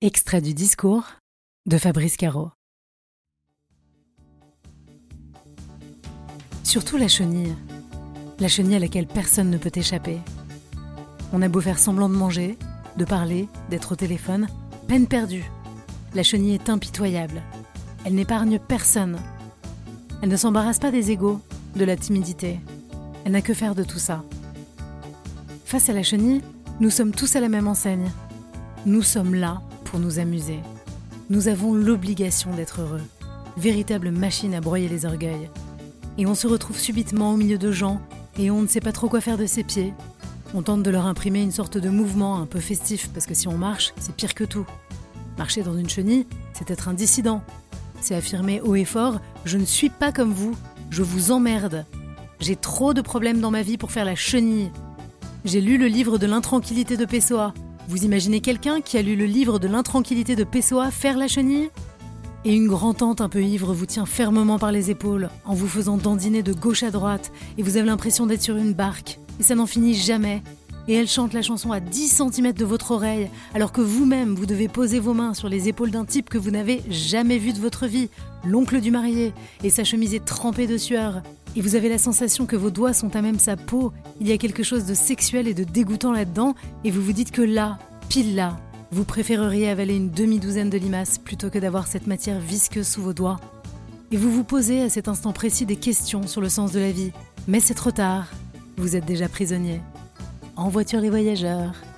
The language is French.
Extrait du discours de Fabrice Caro. Surtout la chenille à laquelle personne ne peut échapper. On a beau faire semblant de manger, de parler, d'être au téléphone, peine perdue. La chenille est impitoyable. Elle n'épargne personne. Elle ne s'embarrasse pas des égos, de la timidité. Elle n'a que faire de tout ça. Face à la chenille, nous sommes tous à la même enseigne. Nous sommes là pour nous amuser. Nous avons l'obligation d'être heureux. Véritable machine à broyer les orgueils. Et on se retrouve subitement au milieu de gens et on ne sait pas trop quoi faire de ses pieds. On tente de leur imprimer une sorte de mouvement un peu festif parce que si on marche, c'est pire que tout. Marcher dans une chenille, c'est être un dissident. C'est affirmer haut et fort « Je ne suis pas comme vous, je vous emmerde. J'ai trop de problèmes dans ma vie pour faire la chenille. J'ai lu le livre de l'intranquillité de Pessoa. Vous imaginez quelqu'un qui a lu le livre de l'intranquillité de Pessoa faire la chenille ? Et une grand-tante un peu ivre vous tient fermement par les épaules en vous faisant dandiner de gauche à droite et vous avez l'impression d'être sur une barque et ça n'en finit jamais. Et elle chante la chanson à 10 cm de votre oreille alors que vous-même vous devez poser vos mains sur les épaules d'un type que vous n'avez jamais vu de votre vie, l'oncle du marié, et sa chemise est trempée de sueur. Et vous avez la sensation que vos doigts sont à même sa peau, il y a quelque chose de sexuel et de dégoûtant là-dedans et vous vous dites que là, pile là, vous préféreriez avaler une demi-douzaine de limaces plutôt que d'avoir cette matière visqueuse sous vos doigts. Et vous vous posez à cet instant précis des questions sur le sens de la vie. Mais c'est trop tard, vous êtes déjà prisonnier. En voiture les voyageurs.